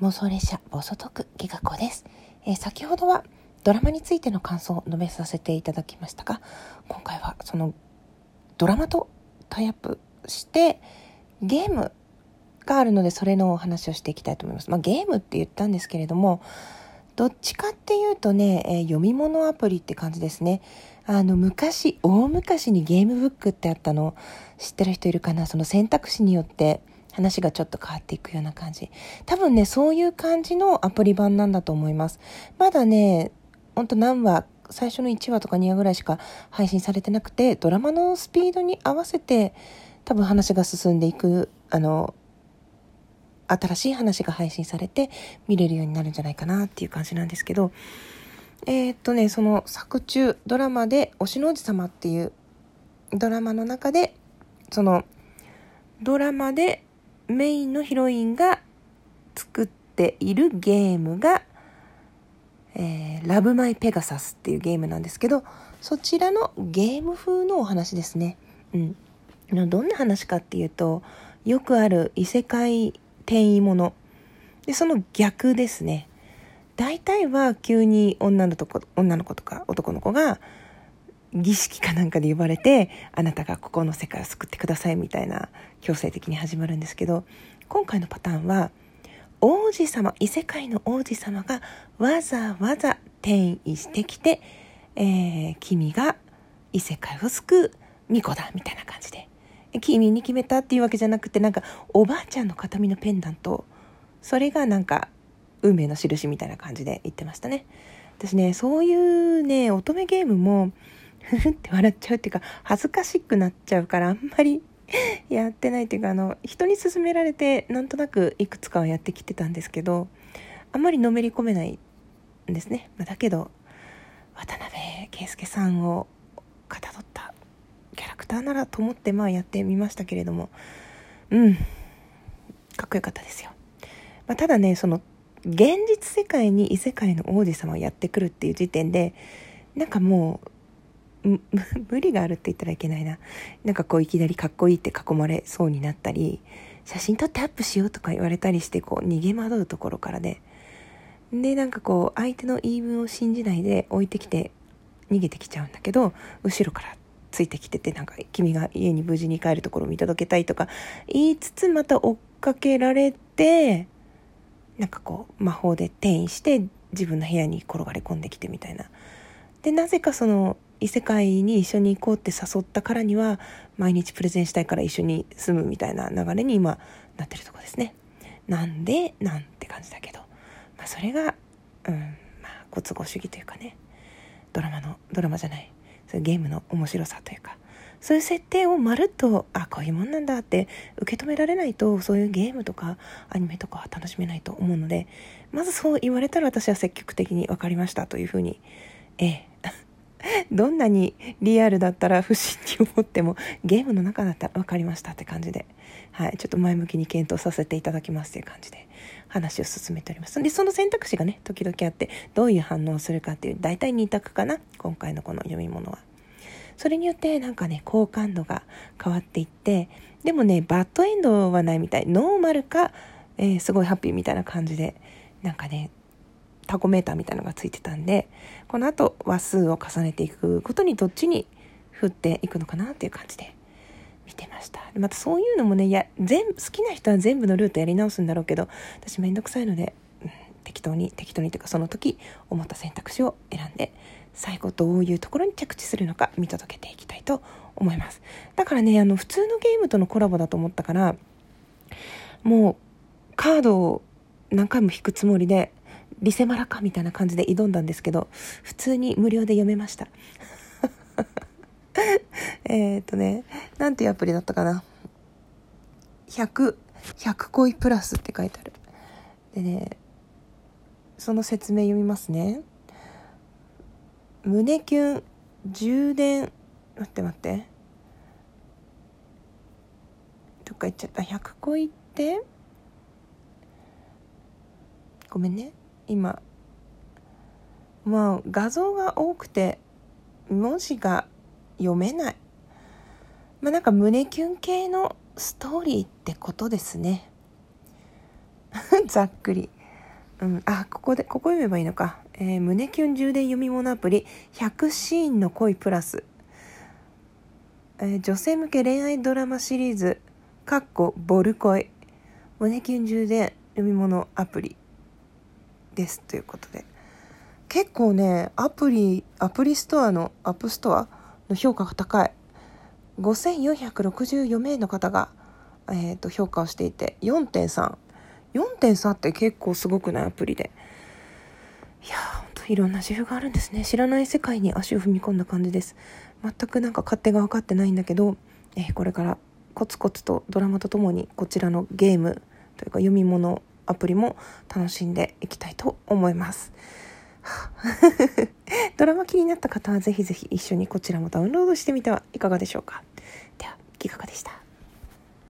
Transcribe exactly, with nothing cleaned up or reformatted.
妄想列車暴走トークギガ子です、えー、先ほどはドラマについての感想を述べさせていただきましたが、今回はそのドラマとタイアップしてゲームがあるので、それのお話をしていきたいと思います。まあ、ゲームって言ったんですけれども、どっちかっていうとね、えー、読み物アプリって感じですね。あの昔大昔にゲームブックってあったの知ってる人いるかな。その選択肢によって話がちょっと変わっていくような感じ。多分ね、そういう感じのアプリ版なんだと思います。まだね、ほんと何話、最初のいちわとかにわぐらいしか配信されてなくて、ドラマのスピードに合わせて多分話が進んでいく、あの新しい話が配信されて見れるようになるんじゃないかなっていう感じなんですけど、えー、っとねその作中ドラマで推しの王子様っていうドラマの中で、そのドラマでメインのヒロインが作っているゲームが、えー、ラブマイペガサスっていうゲームなんですけど、そちらのゲーム風のお話ですね。うん。どんな話かっていうと、よくある異世界転移もので、その逆ですね。大体は急に女の子、女の子とか男の子が儀式かなんかで呼ばれて、あなたがここの世界を救ってくださいみたいな強制的に始まるんですけど、今回のパターンは王子様、異世界の王子様がわざわざ転移してきて、えー、君が異世界を救う巫女だみたいな感じで、君に決めたっていうわけじゃなくて、なんかおばあちゃんの形見のペンダント、それがなんか運命の印みたいな感じで言ってましたね。私ね、そういうね乙女ゲームもふふって笑っちゃうっていうか、恥ずかしくなっちゃうからあんまりやってないっていうか、あの人に勧められてなんとなくいくつかはやってきてたんですけど、あんまりのめり込めないんですね。だけど渡辺圭介さんをかたどったキャラクターならと思ってまあやってみましたけれども、うんかっこよかったですよ。まあ、ただね、その現実世界に異世界の王子様をやってくるっていう時点で、なんかもう無理があるって言ったらいけないな。なんかこういきなりかっこいいって囲まれそうになったり、写真撮ってアップしようとか言われたりして、こう逃げ惑うところからで、でなんかこう相手の言い分を信じないで置いてきて逃げてきちゃうんだけど、後ろからついてきてて、なんか君が家に無事に帰るところを見届けたいとか言いつつ、また追っかけられて、なんかこう魔法で転移して自分の部屋に転がり込んできてみたいな。でなぜかその異世界に一緒に行こうって誘ったからには毎日プレゼンしたいから一緒に住むみたいな流れに今なってるとこですね。なんでなんて感じだけど、まあ、それが、うんまあ、ご都合主義というかね、ドラマのドラマじゃないそういうゲームの面白さというか、そういう設定をまるっとあこういうもんなんだって受け止められないと、そういうゲームとかアニメとかは楽しめないと思うので、まずそう言われたら私は積極的に分かりましたというふうに、ええどんなにリアルだったら不審に思ってもゲームの中だったら分かりましたって感じで、はい、ちょっと前向きに検討させていただきますという感じで話を進めております。でその選択肢がね時々あって、どういう反応をするかっていう大体に択かな、今回のこの読み物は。それによってなんかね好感度が変わっていって、でもねバッドエンドはないみたい、ノーマルか、えー、すごいハッピーみたいな感じで、なんかねタコメーターみたいなのがついてたんで、この後話数を重ねていくことにどっちに振っていくのかなっていう感じで見てました。でまたそういうのもね、いや全好きな人は全部のルートやり直すんだろうけど、私めんどくさいので、うん、適当に適当にというかその時思った選択肢を選んで、最後どういうところに着地するのか見届けていきたいと思います。だからね、あの普通のゲームとのコラボだと思ったから、もうカードを何回も引くつもりでリセマラかみたいな感じで挑んだんですけど、普通に無料で読めましたえっとねなんていうアプリだったかな、ひゃく、ひゃく恋プラスって書いてある。でね、その説明読みますね。胸キュン充電、待って待ってどっか行っちゃった。ひゃく恋ってごめんね、今まあ画像が多くて文字が読めない。まあなんか胸キュン系のストーリーってことですねざっくり。 うん、あ、ここで、ここ読めばいいのか。えー、胸キュン充電読み物アプリ、ひゃくシーンの恋プラス。えー、女性向け恋愛ドラマシリーズ、かっこボル恋。胸キュン充電読み物アプリです。ということで。結構ね、アプリ、アプリストアの、アップストアの評価が高い。ごせんよんひゃくろくじゅうよん名の方が、えー、と評価をしていて よんてんさん。よんてんさん って結構すごくない？アプリで。いやー、ほんといろんな自由があるんですね。知らない世界に足を踏み込んだ感じです。全くなんか勝手が分かってないんだけど、えー、これからコツコツとドラマとともにこちらのゲームというか読み物アプリも楽しんでいきたいと思います。ドラマ気になった方はぜひぜひ一緒にこちらもダウンロードしてみてはいかがでしょうか。では、ギガ子でした。